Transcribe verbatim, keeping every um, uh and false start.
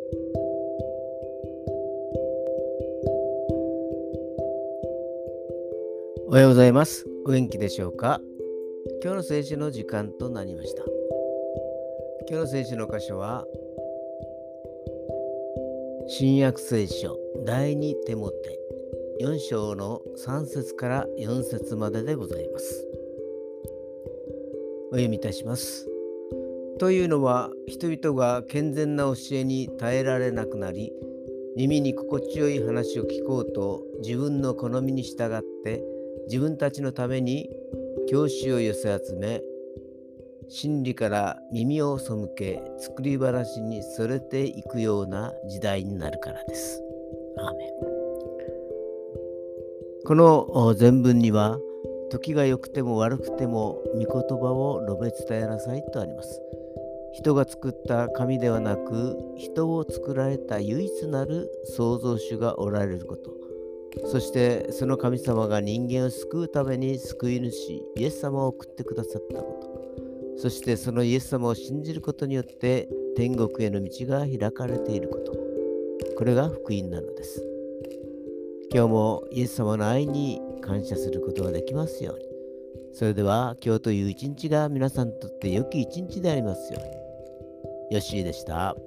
おはようございます。お元気でしょうか？今日の聖書の時間となりました。今日の聖書の箇所は、新約聖書第二テモテよん章のさん節からよん節まででございます。お読みいたします。というのは、人々が健全な教えに耐えられなくなり、耳に心地よい話を聞こうと自分の好みに従って自分たちのために教師を寄せ集め、真理から耳を背け作り話にそれていくような時代になるからです。アーメン。この前文には、時が良くても悪くても御言葉を述べ伝えなさいとあります。人が作った神ではなく、人を作られた唯一なる創造主がおられること、そしてその神様が人間を救うために救い主イエス様を送ってくださったこと、そしてそのイエス様を信じることによって天国への道が開かれていること、これが福音なのです。今日もイエス様の愛に感謝することができますように。それでは今日という一日が皆さんにとって良き一日でありますように。よっしーでした。